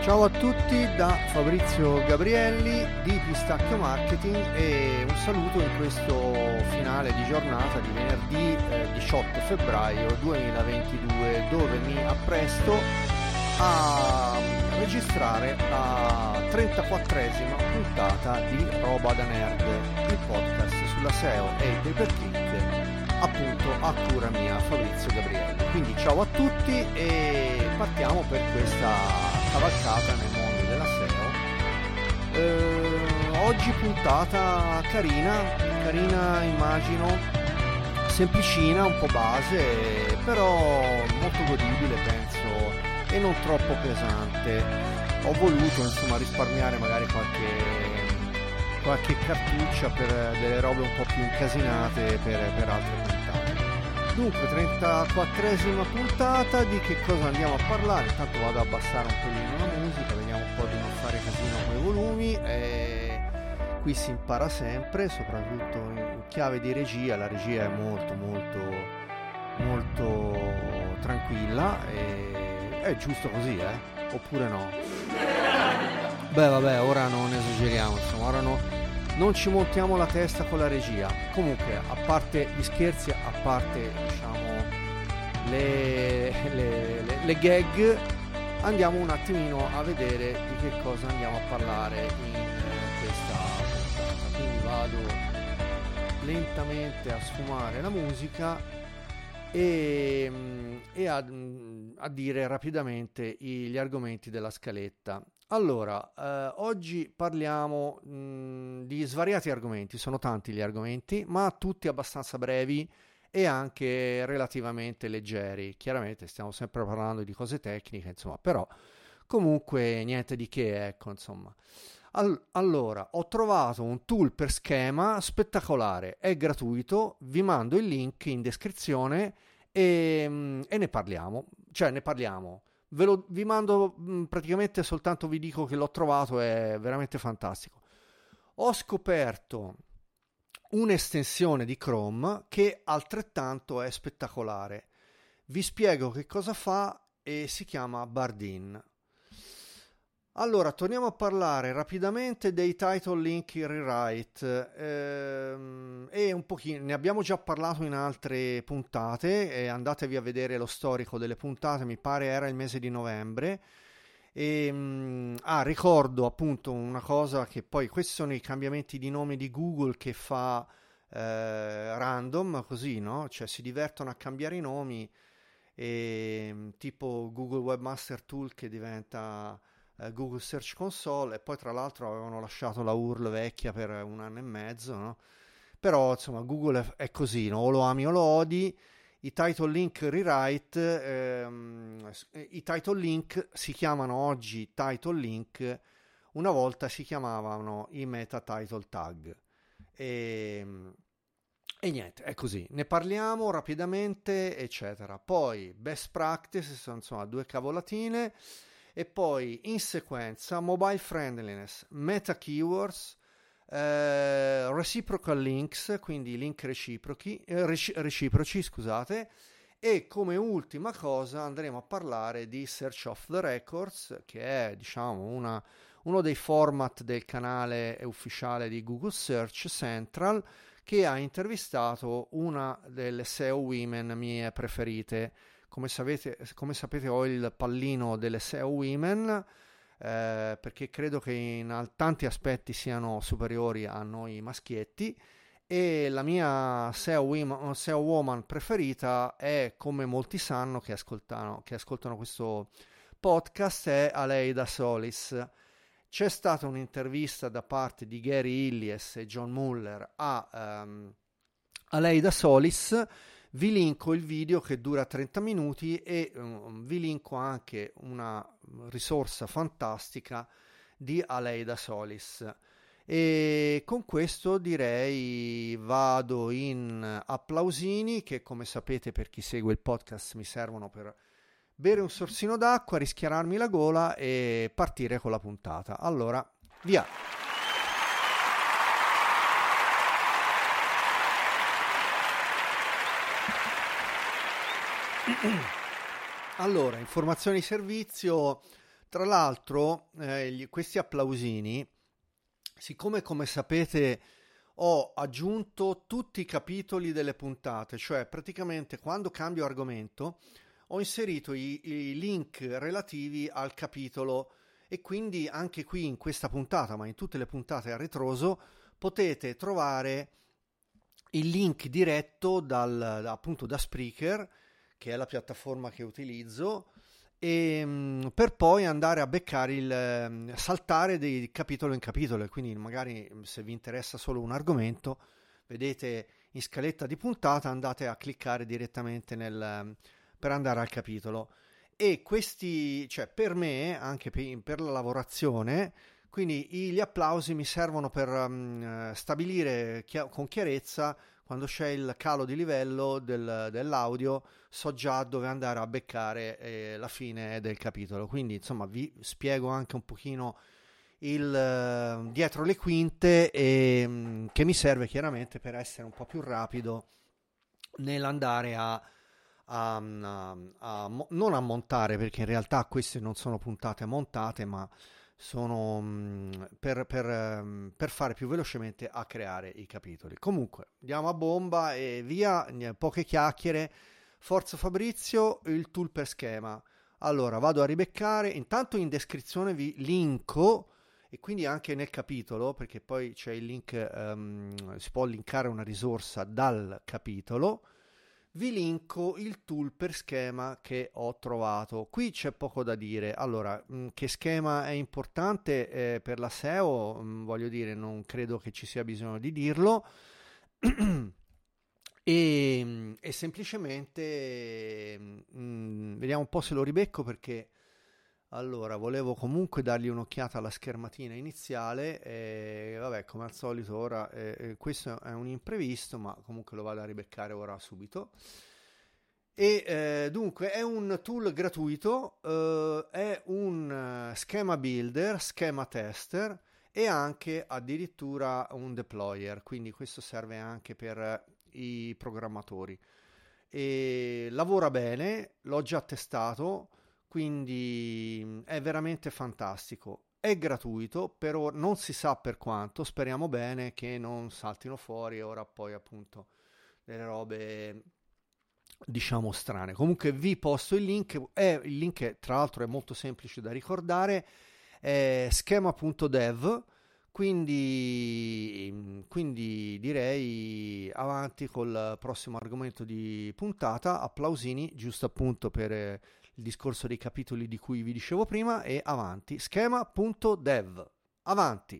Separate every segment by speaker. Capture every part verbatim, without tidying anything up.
Speaker 1: Ciao a tutti da Fabrizio Gabrielli di Pistacchio Marketing e un saluto in questo finale di giornata di venerdì eh, diciotto febbraio duemilaventidue, dove mi appresto a registrare la trentaquattresima puntata di Roba da Nerd, il podcast sulla S E O e il pay-per-click, appunto a cura mia, Fabrizio Gabrielli. Quindi ciao a tutti e partiamo per questa cavalcata nel mondo della S E O. Eh, oggi puntata carina, carina immagino, semplicina, un po' base, però molto godibile penso e non troppo pesante. Ho voluto insomma risparmiare magari qualche, qualche cartuccia per delle robe un po' più incasinate per, per altre puntate. Dunque, trentaquattresima puntata, di che cosa andiamo a parlare? Intanto vado ad abbassare un pelino la musica, vediamo un po' di non fare casino con i volumi. E qui si impara sempre, soprattutto in chiave di regia. La regia è molto molto molto tranquilla e è giusto così, eh? Oppure no? Beh vabbè, ora non esageriamo, insomma, ora no, non ci montiamo la testa con la regia. Comunque, a parte gli scherzi, a parte diciamo le, le, le, le gag, andiamo un attimino a vedere di che cosa andiamo a parlare in questa puntata. Quindi vado lentamente a sfumare la musica e, e a, a dire rapidamente gli argomenti della scaletta. Allora, eh, oggi parliamo mh, di svariati argomenti, sono tanti gli argomenti, ma tutti abbastanza brevi e anche relativamente leggeri. Chiaramente stiamo sempre parlando di cose tecniche, insomma, però comunque niente di che, ecco, insomma. All- allora, ho trovato un tool per schema spettacolare, è gratuito, vi mando il link in descrizione e, mh, e ne parliamo, cioè ne parliamo. Ve lo, vi mando mh, praticamente soltanto, vi dico che l'ho trovato, è veramente fantastico. Ho scoperto un'estensione di Chrome che altrettanto è spettacolare. Vi spiego che cosa fa e si chiama Bardeen. Allora, torniamo a parlare rapidamente dei title link rewrite ehm, e un pochino, ne abbiamo già parlato in altre puntate e andatevi a vedere lo storico delle puntate, mi pare era il mese di novembre. E, mh, ah, ricordo appunto una cosa, che poi questi sono i cambiamenti di nome di Google che fa eh, random, così, no? Cioè si divertono a cambiare i nomi, e, tipo Google Webmaster Tool che diventa Google Search Console, e poi tra l'altro avevano lasciato la U R L vecchia per un anno e mezzo, no? Però insomma Google è, è così, no? O lo ami o lo odi. I title link rewrite, ehm, i title link si chiamano oggi title link, una volta si chiamavano i meta title tag e, e niente, è così, ne parliamo rapidamente eccetera. Poi best practice, sono insomma due cavolatine. E poi in sequenza mobile friendliness, meta keywords, eh, reciprocal links, quindi link reciproci, eh, reci- reciproci, scusate, e come ultima cosa andremo a parlare di search off the records, che è diciamo una, uno dei format del canale ufficiale di Google Search Central, che ha intervistato una delle S E O women mie preferite. Come sapete, come sapete ho il pallino delle S E O Women, eh, perché credo che in tanti aspetti siano superiori a noi maschietti, e la mia S E O Woman, S E O Woman preferita è, come molti sanno che ascoltano, che ascoltano questo podcast, è Aleida Solis. C'è stata un'intervista da parte di Gary Illies e John Muller a um, Aleida Solis. Vi linko il video che dura trenta minuti e um, vi linko anche una risorsa fantastica di Aleida Solis. E con questo direi vado in applausini, che come sapete, per chi segue il podcast, mi servono per bere un sorsino d'acqua, rischiararmi la gola e partire con la puntata. Allora, via! Allora, informazioni di servizio. Tra l'altro, eh, gli- questi applausini, siccome come sapete ho aggiunto tutti i capitoli delle puntate, cioè praticamente quando cambio argomento ho inserito i, i link relativi al capitolo e quindi anche qui in questa puntata, ma in tutte le puntate a ritroso, potete trovare il link diretto dal, da- appunto da Spreaker, che è la piattaforma che utilizzo, e, mh, per poi andare a beccare il ehm, saltare di capitolo in capitolo, e quindi magari mh, se vi interessa solo un argomento, vedete in scaletta di puntata, andate a cliccare direttamente nel, ehm, per andare al capitolo. E questi, cioè per me, anche per, per la lavorazione, quindi i- gli applausi mi servono per um, stabilire chia- con chiarezza quando c'è il calo di livello del- dell'audio, so già dove andare a beccare eh, la fine del capitolo. Quindi insomma vi spiego anche un pochino il eh, dietro le quinte, e, mm, che mi serve chiaramente per essere un po' più rapido nell'andare a, a- a- a mo- non a montare, perché in realtà queste non sono puntate montate, ma sono mh, per, per, ehm, per fare più velocemente a creare i capitoli. Comunque, andiamo a bomba e via, n- poche chiacchiere. Forza Fabrizio, il tool per schema. Allora, vado a ribeccare, intanto in descrizione vi linko, e quindi anche nel capitolo, perché poi c'è il link, ehm, si può linkare una risorsa dal capitolo. Vi linko il tool per schema che ho trovato. Qui c'è poco da dire. Allora, mh, che schema è importante eh, per la S E O? Mh, voglio dire, non credo che ci sia bisogno di dirlo. E, mh, e semplicemente mh, vediamo un po' se lo ribecco, perché allora volevo comunque dargli un'occhiata alla schermatina iniziale. E vabbè, come al solito ora eh, eh, questo è un imprevisto, ma comunque lo vado a ribeccare ora subito. E eh, dunque è un tool gratuito, eh, è un eh, schema builder, schema tester, e anche addirittura un deployer, quindi questo serve anche per eh, i programmatori. E lavora bene, l'ho già testato, quindi mh, è veramente fantastico. È gratuito, per ora non si sa per quanto, speriamo bene che non saltino fuori ora poi appunto delle robe diciamo strane. Comunque vi posto il link, è, il link è, tra l'altro è molto semplice da ricordare, è schema punto dev, quindi, quindi direi avanti col prossimo argomento di puntata, applausini giusto appunto per eh, il discorso dei capitoli di cui vi dicevo prima, e avanti, schema punto dev, avanti.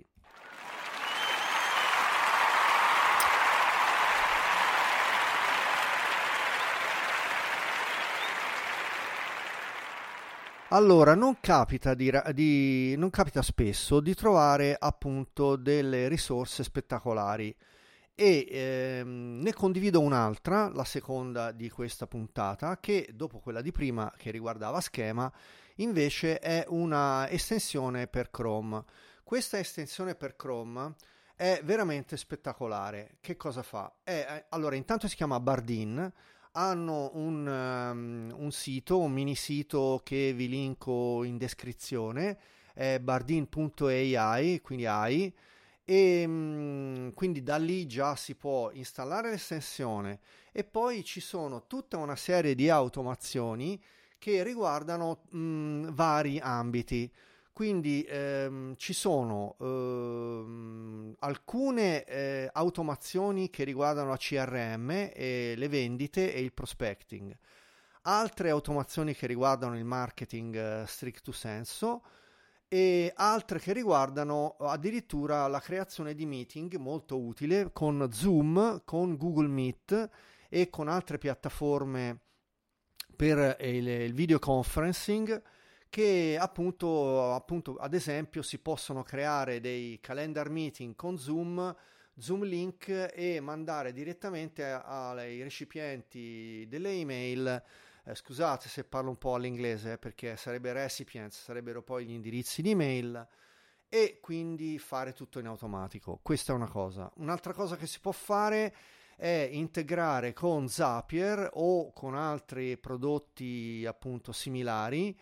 Speaker 1: Allora, non capita, di, ra- di- non capita spesso di trovare appunto delle risorse spettacolari, e ehm, ne condivido un'altra, la seconda di questa puntata, che dopo quella di prima che riguardava schema, invece è una estensione per Chrome. Questa estensione per Chrome è veramente spettacolare. Che cosa fa? È, è- allora, intanto si chiama Bardin. Hanno un, um, un sito, un mini sito che vi linko in descrizione, è bardin punto a i, quindi A I, e mm, quindi da lì già si può installare l'estensione, e poi ci sono tutta una serie di automazioni che riguardano mm, vari ambiti. Quindi ehm, ci sono ehm, alcune eh, automazioni che riguardano la C R M e le vendite e il prospecting, altre automazioni che riguardano il marketing eh, stricto sensu, e altre che riguardano addirittura la creazione di meeting, molto utile con Zoom, con Google Meet e con altre piattaforme per il, il video conferencing, che appunto, appunto ad esempio si possono creare dei calendar meeting con Zoom, Zoom Link, e mandare direttamente ai recipienti delle email. Eh, scusate se parlo un po' all'inglese, eh, perché sarebbe recipients, sarebbero poi gli indirizzi di email, e quindi fare tutto in automatico. Questa è una cosa. Un'altra cosa che si può fare è integrare con Zapier o con altri prodotti appunto similari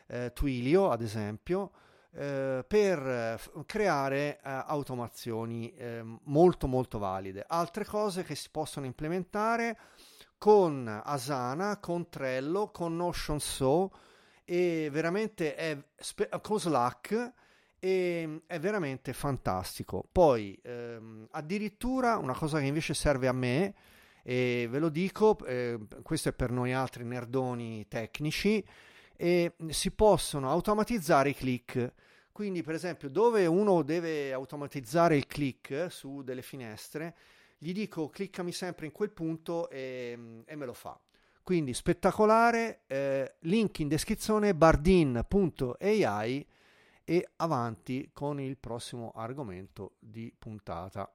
Speaker 1: eh, Twilio ad esempio, eh, per f- creare eh, automazioni eh, molto molto valide. Altre cose che si possono implementare con Asana, con Trello, con Notion So, e veramente è spe- con Slack, e è veramente fantastico. Poi ehm, addirittura una cosa che invece serve a me, e ve lo dico, eh, questo è per noi altri nerdoni tecnici, e si possono automatizzare i click. Quindi, per esempio, dove uno deve automatizzare il click su delle finestre, gli dico cliccami sempre in quel punto e, e me lo fa. Quindi spettacolare, eh, link in descrizione bardin punto a i e avanti con il prossimo argomento di puntata.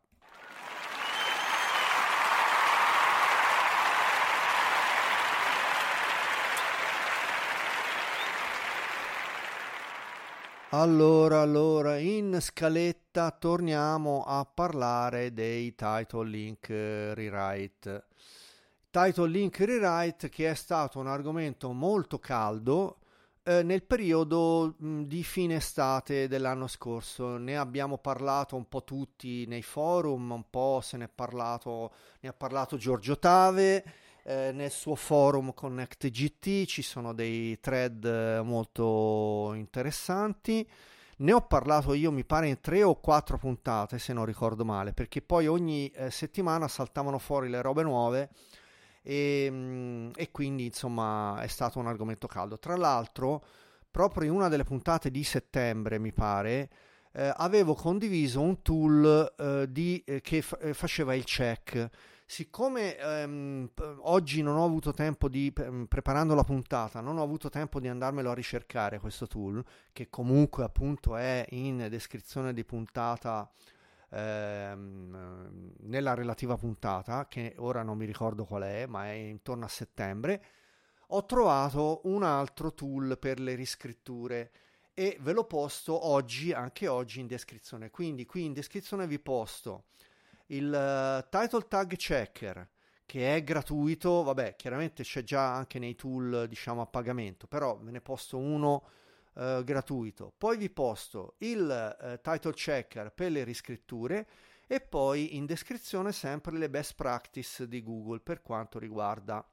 Speaker 1: Allora, allora, in scaletta torniamo a parlare dei title link eh, rewrite. Title link rewrite che è stato un argomento molto caldo eh, nel periodo mh, di fine estate dell'anno scorso. Ne abbiamo parlato un po' tutti nei forum, un po' se ne è parlato, ne ha parlato Giorgio Tave. Eh, nel suo forum Connect G T ci sono dei thread eh, molto interessanti. Ne ho parlato io, mi pare, in tre o quattro puntate, se non ricordo male, perché poi ogni eh, settimana saltavano fuori le robe nuove e, mm, e quindi, insomma, è stato un argomento caldo. Tra l'altro, proprio in una delle puntate di settembre, mi pare, eh, avevo condiviso un tool eh, di, eh, che fa- eh, faceva il check. Siccome ehm, p- oggi non ho avuto tempo di, p- preparando la puntata, non ho avuto tempo di andarmelo a ricercare questo tool, che comunque appunto è in descrizione di puntata, ehm, nella relativa puntata, che ora non mi ricordo qual è, ma è intorno a settembre, ho trovato un altro tool per le riscritture e ve l'ho posto oggi, anche oggi in descrizione. Quindi qui in descrizione vi posto il uh, title tag checker, che è gratuito. Vabbè, chiaramente c'è già anche nei tool, diciamo, a pagamento, però ve ne posto uno uh, gratuito. Poi vi posto il uh, title checker per le riscritture e poi in descrizione sempre le best practice di Google per quanto riguarda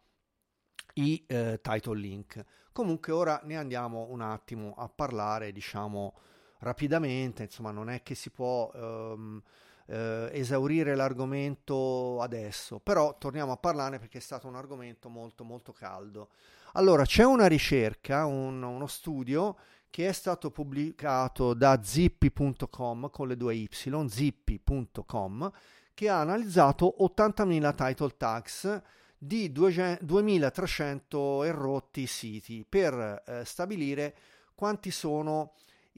Speaker 1: i uh, title link. Comunque ora ne andiamo un attimo a parlare, diciamo, rapidamente. Insomma, non è che si può um, eh, esaurire l'argomento adesso, però torniamo a parlarne perché è stato un argomento molto molto caldo. Allora, c'è una ricerca, un, uno studio che è stato pubblicato da zippy punto com con le due y, zippy punto com, che ha analizzato ottantamila title tags di duemilatrecento erotti siti per eh, stabilire quanti sono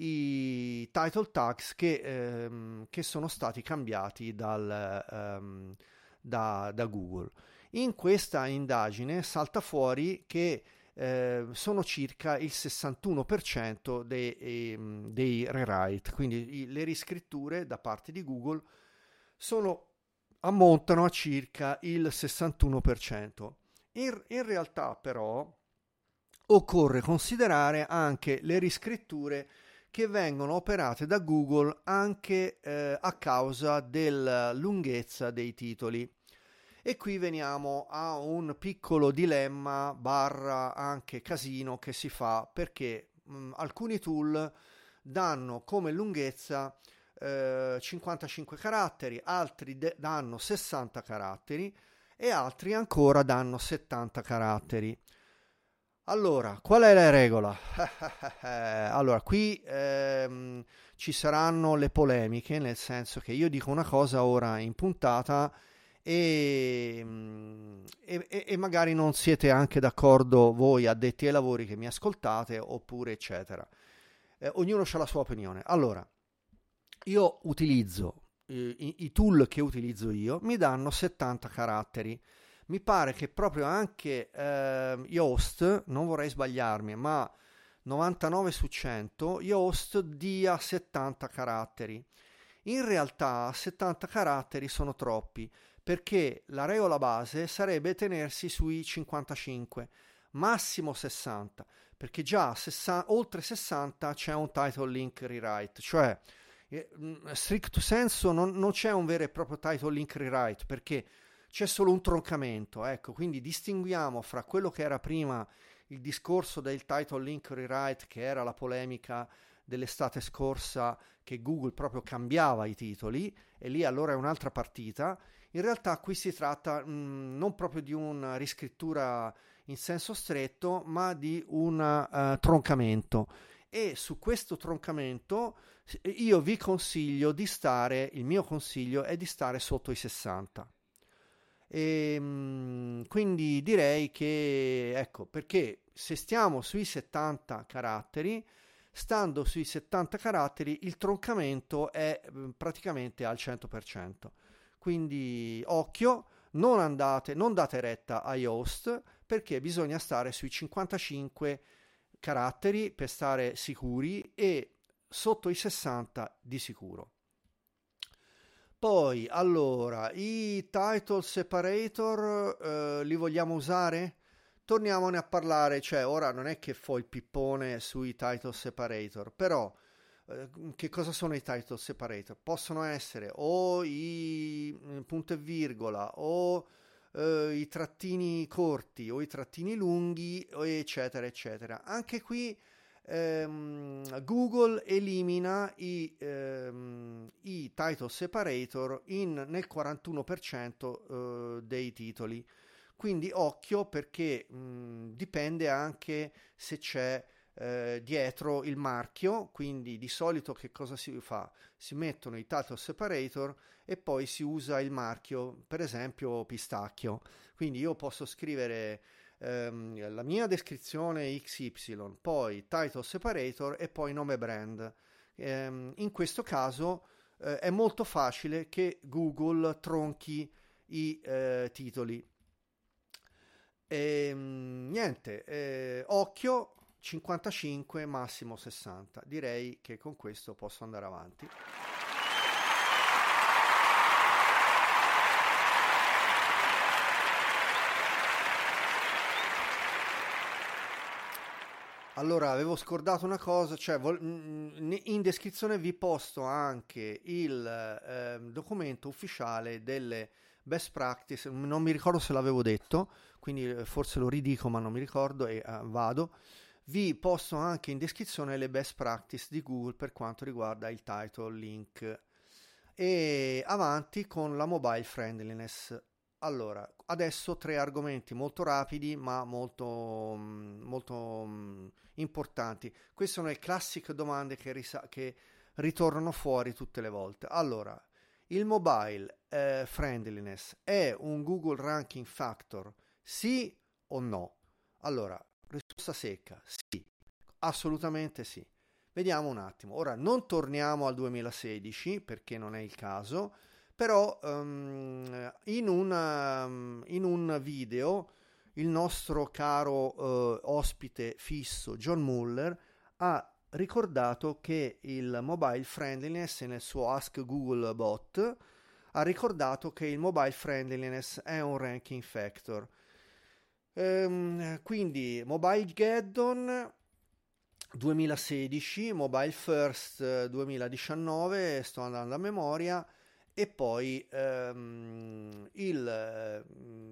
Speaker 1: i title tags che, ehm, che sono stati cambiati dal, ehm, da, da Google. In questa indagine salta fuori che eh, sono circa il sessantuno per cento dei, ehm, dei rewrite, quindi i, le riscritture da parte di Google sono, ammontano a circa il sessantuno per cento. In, in realtà però occorre considerare anche le riscritture che vengono operate da Google anche eh, a causa della lunghezza dei titoli. E qui veniamo a un piccolo dilemma barra anche casino che si fa, perché mh, alcuni tool danno come lunghezza eh, cinquantacinque caratteri, altri de- danno sessanta caratteri e altri ancora danno settanta caratteri. Allora, qual è la regola? Allora, qui ehm, ci saranno le polemiche, nel senso che io dico una cosa ora in puntata e, e, e magari non siete anche d'accordo voi addetti ai lavori che mi ascoltate, oppure eccetera. Eh, ognuno ha la sua opinione. Allora, io utilizzo eh, i, i tool che utilizzo io, mi danno settanta caratteri. Mi pare che proprio anche eh, Yoast, non vorrei sbagliarmi, ma novantanove su cento, Yoast dia settanta caratteri. In realtà settanta caratteri sono troppi, perché la regola base sarebbe tenersi sui cinquantacinque, massimo sessanta. perché già a sessanta, oltre sessanta c'è un title link rewrite, cioè eh, stricto senso non, non c'è un vero e proprio title link rewrite, perché c'è solo un troncamento, ecco, quindi distinguiamo fra quello che era prima il discorso del title link rewrite, che era la polemica dell'estate scorsa, che Google proprio cambiava i titoli, e lì allora è un'altra partita. In realtà qui si tratta mh, non proprio di una riscrittura in senso stretto, ma di un uh, troncamento, e su questo troncamento io vi consiglio di stare, il mio consiglio è di stare sotto i sessanta. E, mh, quindi direi che, ecco, perché se stiamo sui settanta caratteri, stando sui settanta caratteri, il troncamento è praticamente al cento per cento. Quindi occhio, non andate, non date retta ai host, perché bisogna stare sui cinquantacinque caratteri per stare sicuri, e sotto i sessanta di sicuro. Poi, allora, i title separator eh, li vogliamo usare? Torniamone a parlare, cioè ora non è che fo il pippone sui title separator, però eh, che cosa sono i title separator? Possono essere o i punto e virgola, o eh, i trattini corti, o i trattini lunghi, eccetera, eccetera. Anche qui ehm, Google elimina i, ehm, i title separator in, nel quarantuno per cento eh, dei titoli. Quindi occhio, perché mh, dipende anche se c'è eh, dietro il marchio. Quindi di solito che cosa si fa? Si mettono i title separator e poi si usa il marchio, per esempio pistacchio. Quindi io posso scrivere ehm, la mia descrizione X Y, poi title separator e poi nome brand. Ehm, in questo caso eh, è molto facile che Google tronchi i eh, titoli. E, niente, eh, occhio, cinquantacinque, massimo sessanta. Direi che con questo posso andare avanti. Allora, avevo scordato una cosa, cioè in descrizione vi posto anche il eh, documento ufficiale delle best practice, non mi ricordo se l'avevo detto, quindi forse lo ridico ma non mi ricordo, e uh, vado. Vi posto anche in descrizione le best practice di Google per quanto riguarda il title link. E avanti con la mobile friendliness. Allora, adesso tre argomenti molto rapidi ma molto, molto importanti. Queste sono le classiche domande che, risa- che ritornano fuori tutte le volte. Allora, il mobile eh, friendliness è un Google ranking factor? Sì o no? Allora, risposta secca, sì, assolutamente sì. Vediamo un attimo. Ora non torniamo al duemilasedici perché non è il caso, però um, in, una, in un video il nostro caro uh, ospite fisso John Muller ha ricordato che il mobile friendliness, nel suo Ask Google Bot, ha ricordato che il mobile friendliness è un ranking factor. Ehm, quindi Mobilegeddon duemilasedici, Mobile First duemiladiciannove, sto andando a memoria, e poi ehm, il,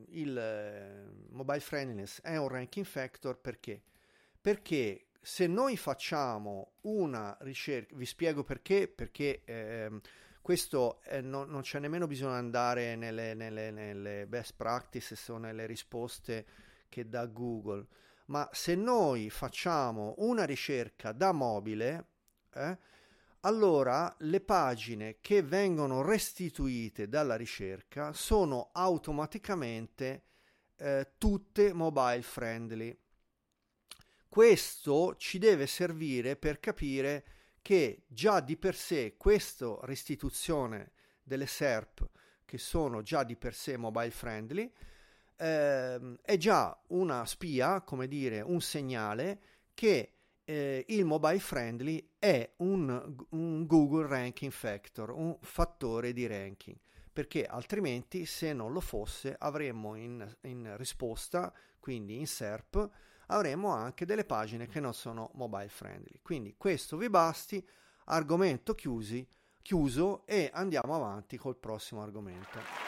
Speaker 1: il mobile friendliness è un ranking factor perché? Perché se noi facciamo una ricerca, vi spiego perché, perché ehm, questo eh, no, non c'è nemmeno bisogno di andare nelle, nelle, nelle best practices o nelle risposte che dà Google, ma se noi facciamo una ricerca da mobile, eh, allora le pagine che vengono restituite dalla ricerca sono automaticamente eh, tutte mobile friendly. Questo ci deve servire per capire che già di per sé questa restituzione delle S E R P, che sono già di per sé mobile friendly, eh, è già una spia, come dire, un segnale che eh, il mobile friendly è un, un Google ranking factor, un fattore di ranking, perché altrimenti, se non lo fosse, avremmo in, in risposta, quindi in S E R P, avremo anche delle pagine che non sono mobile friendly. Quindi questo vi basti, argomento chiusi, chiuso, e andiamo avanti col prossimo argomento.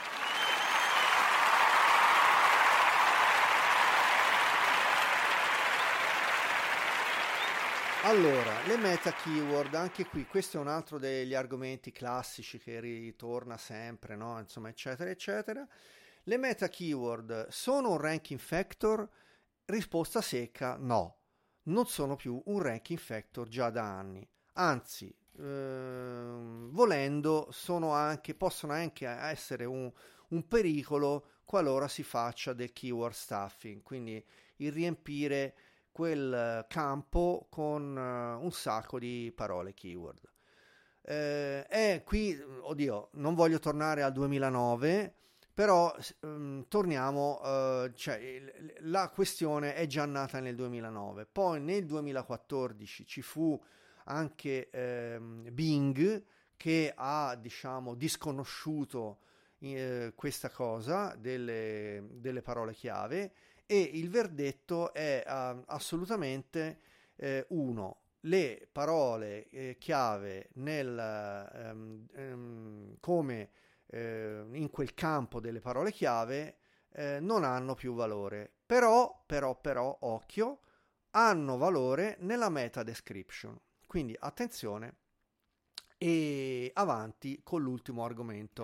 Speaker 1: Allora, le meta keyword, anche qui questo è un altro degli argomenti classici che ritorna sempre, no? Insomma, eccetera, eccetera. Le meta keyword sono un ranking factor? Risposta secca, no. Non sono più un ranking factor già da anni. Anzi, ehm, volendo, sono anche, possono anche essere un, un pericolo qualora si faccia del keyword stuffing, quindi il riempire quel campo con uh, un sacco di parole keyword. Eh, e qui, oddio, non voglio tornare al duemilanove, però um, torniamo, uh, cioè la questione è già nata nel duemilanove, poi nel duemilaquattordici ci fu anche ehm, Bing che ha, diciamo, disconosciuto eh, questa cosa delle, delle parole chiave, e il verdetto è uh, assolutamente eh, uno, le parole eh, chiave nel, um, um, come eh, in quel campo delle parole chiave eh, non hanno più valore, però, però, però, occhio, hanno valore nella meta description. Quindi attenzione, e avanti con l'ultimo argomento.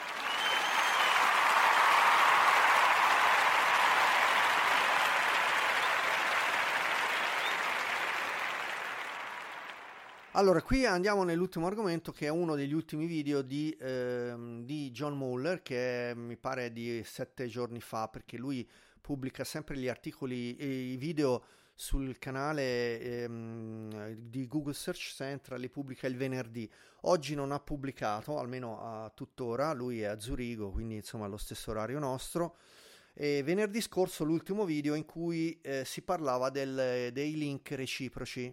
Speaker 1: Allora, qui andiamo nell'ultimo argomento, che è uno degli ultimi video di, ehm, di John Mueller, che è, mi pare di sette giorni fa, perché lui pubblica sempre gli articoli e i video sul canale ehm, di Google Search Central, li pubblica il venerdì. Oggi non ha pubblicato, almeno a tuttora, lui è a Zurigo, quindi insomma allo stesso orario nostro. E venerdì scorso l'ultimo video in cui eh, si parlava del, dei link reciproci,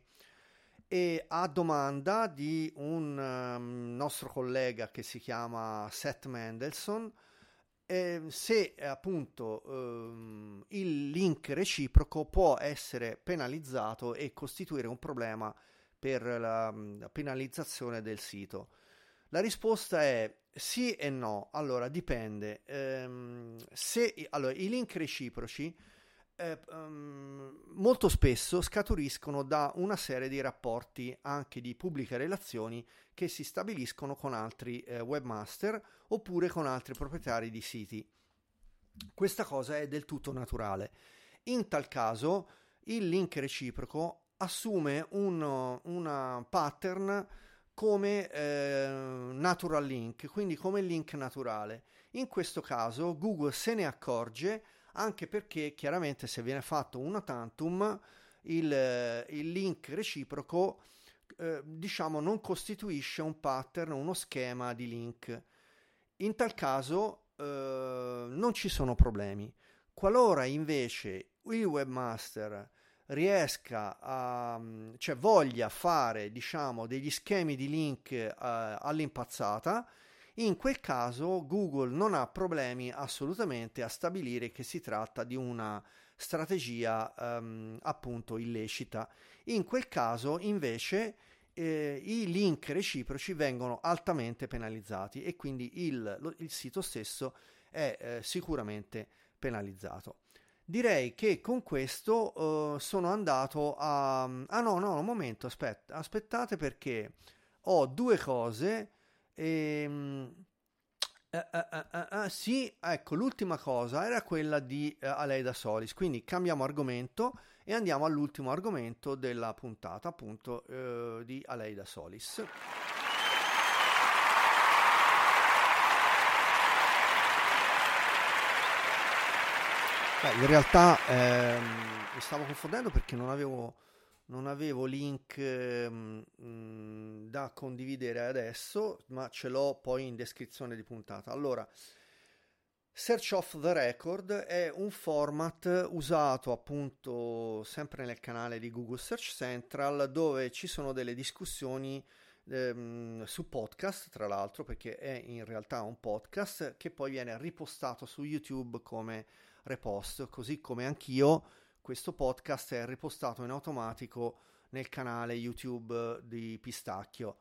Speaker 1: e a domanda di un um, nostro collega che si chiama Seth Mendelson, eh, se eh, appunto um, il link reciproco può essere penalizzato e costituire un problema per la, la penalizzazione del sito. La risposta è sì e no. Allora dipende. Ehm, se allora, i link reciproci Eh, um, molto spesso scaturiscono da una serie di rapporti anche di pubbliche relazioni che si stabiliscono con altri eh, webmaster oppure con altri proprietari di siti. Questa cosa è del tutto naturale. In tal caso il link reciproco assume un una pattern come eh, natural link, quindi come link naturale. In questo caso Google se ne accorge, anche perché chiaramente se viene fatto una tantum il, il link reciproco eh, diciamo non costituisce un pattern, uno schema di link. In tal caso eh, non ci sono problemi. Qualora invece il webmaster riesca a, cioè voglia fare diciamo degli schemi di link eh, all'impazzata, in quel caso Google non ha problemi assolutamente a stabilire che si tratta di una strategia um, appunto illecita. In quel caso invece eh, i link reciproci vengono altamente penalizzati e quindi il, lo, il sito stesso è eh, sicuramente penalizzato. Direi che con questo uh, sono andato a... Ah no, no, un momento, aspetta, aspettate perché ho due cose. Ehm, eh, eh, eh, eh, sì, ecco, l'ultima cosa era quella di eh, Aleida Solis, quindi cambiamo argomento e andiamo all'ultimo argomento della puntata, appunto, eh, di Aleida Solis. Beh, in realtà ehm, mi stavo confondendo perché non avevo non avevo link mh, da condividere adesso, ma ce l'ho poi in descrizione di puntata. Allora, Search off the Record è un format usato appunto sempre nel canale di Google Search Central, dove ci sono delle discussioni ehm, su podcast, tra l'altro, perché è in realtà un podcast che poi viene ripostato su YouTube come repost, così come anch'io questo podcast è ripostato in automatico nel canale YouTube di Pistacchio.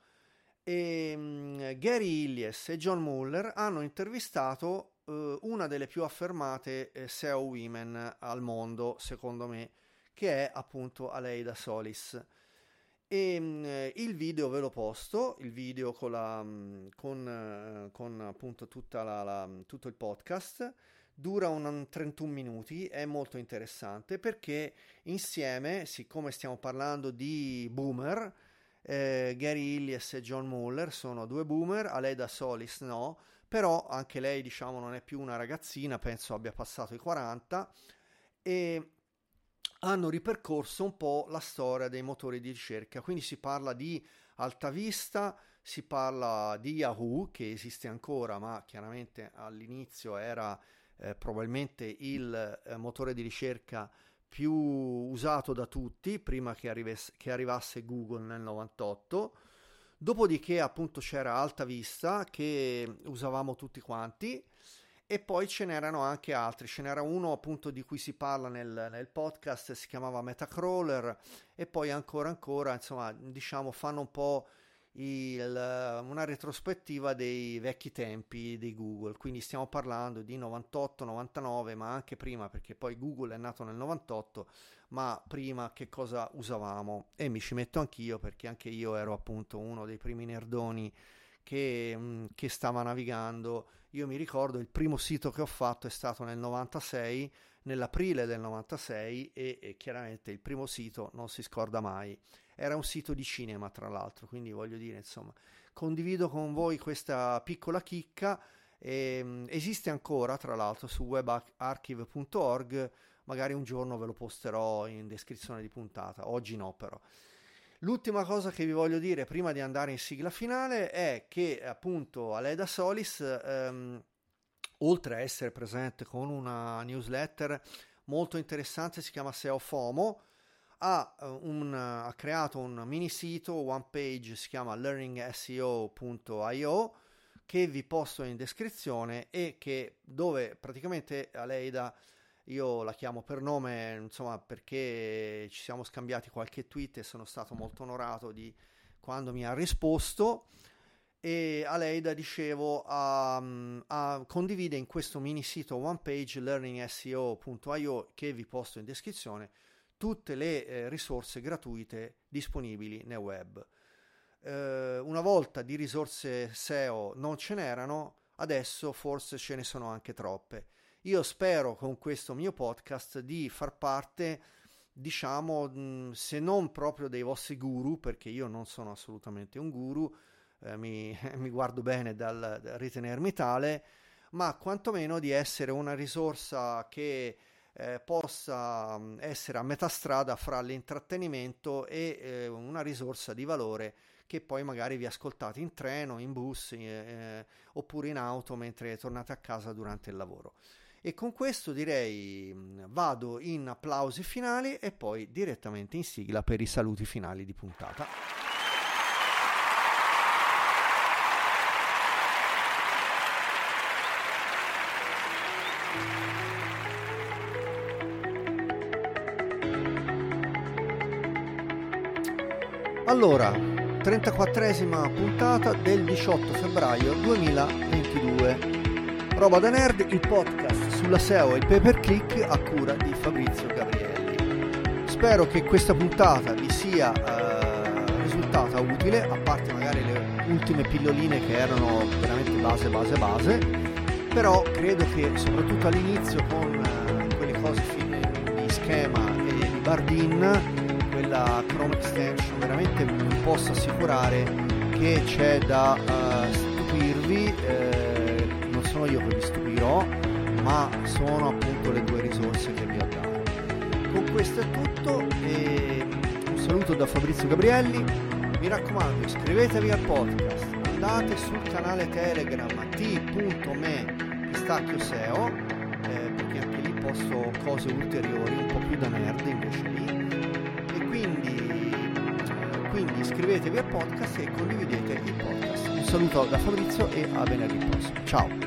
Speaker 1: E um, Gary Illies e John Mueller hanno intervistato uh, una delle più affermate eh, S E O women al mondo, secondo me, che è appunto Aleida Solis. E um, il video ve lo posto, il video con, la, um, con, uh, con appunto tutta la, la, tutto il podcast. Dura un trentuno minuti, è molto interessante perché insieme, siccome stiamo parlando di boomer, eh, Gary Illies e John Mueller sono due boomer, Aleida Solis no, però anche lei, diciamo, non è più una ragazzina, penso abbia passato i quaranta, e hanno ripercorso un po' la storia dei motori di ricerca. Quindi si parla di AltaVista, si parla di Yahoo, che esiste ancora, ma chiaramente all'inizio era eh, probabilmente il eh, motore di ricerca più usato da tutti, prima che, arrives- che arrivasse Google nel novantotto. Dopodiché appunto c'era AltaVista, che usavamo tutti quanti, e poi ce n'erano anche altri. Ce n'era uno appunto di cui si parla nel, nel podcast, si chiamava Metacrawler, e poi ancora ancora, insomma, diciamo, fanno un po' il, una retrospettiva dei vecchi tempi di Google. Quindi stiamo parlando di novantotto novantanove, ma anche prima, perché poi Google è nato nel novantotto, ma prima che cosa usavamo? E mi ci metto anch'io, perché anche io ero appunto uno dei primi nerdoni che, che stava navigando. Io mi ricordo il primo sito che ho fatto è stato nel novantasei, nell'aprile del novantasei, e, e chiaramente il primo sito non si scorda mai. Era un sito di cinema, tra l'altro, quindi voglio dire, insomma, condivido con voi questa piccola chicca. E, esiste ancora, tra l'altro, su webarchive punto org, magari un giorno ve lo posterò in descrizione di puntata, oggi no però. L'ultima cosa che vi voglio dire prima di andare in sigla finale è che appunto Aleida Solis, ehm, oltre a essere presente con una newsletter molto interessante, si chiama S E O FOMO, ha, un, ha creato un mini sito one page, si chiama learning S E O punto io, che vi posto in descrizione, e che dove praticamente Aleida, io la chiamo per nome, insomma, perché ci siamo scambiati qualche tweet e sono stato molto onorato di quando mi ha risposto. E Aleida, dicevo, a, a, condivide in questo mini sito one page learning S E O punto io, che vi posto in descrizione, tutte le eh, risorse gratuite disponibili nel web. Eh, una volta di risorse S E O non ce n'erano, adesso forse ce ne sono anche troppe. Io spero con questo mio podcast di far parte, diciamo, mh, se non proprio dei vostri guru, perché io non sono assolutamente un guru, eh, mi, mi guardo bene dal, dal ritenermi tale, ma quantomeno di essere una risorsa che eh, possa essere a metà strada fra l'intrattenimento e eh, una risorsa di valore, che poi magari vi ascoltate in treno, in bus, eh, oppure in auto mentre tornate a casa durante il lavoro. E con questo direi vado in applausi finali e poi direttamente in sigla per i saluti finali di puntata. Allora, trentaquattresima puntata del diciotto febbraio duemilaventidue. Roba da Nerd, il podcast sulla S E O e il pay per click a cura di Fabrizio Gabrielli. Spero che questa puntata vi sia eh, risultata utile, a parte magari le ultime pilloline che erano veramente base, base, base, però credo che soprattutto all'inizio, con eh, quelle cose di schema e di Bardin, quella Chrome extension, veramente vi posso assicurare che c'è da uh, stupirvi. Eh, sono io che vi stupirò, ma sono appunto le due risorse che vi ho dato. Con questo è tutto, e un saluto da Fabrizio Gabrielli. Mi raccomando, iscrivetevi al podcast, andate sul canale Telegram t punto m slash pistacchio S E O, eh, perché anche lì posto cose ulteriori, un po' più da nerd invece lì, e quindi, quindi iscrivetevi al podcast e condividete il podcast. Un saluto da Fabrizio e a venerdì prossimo. Ciao!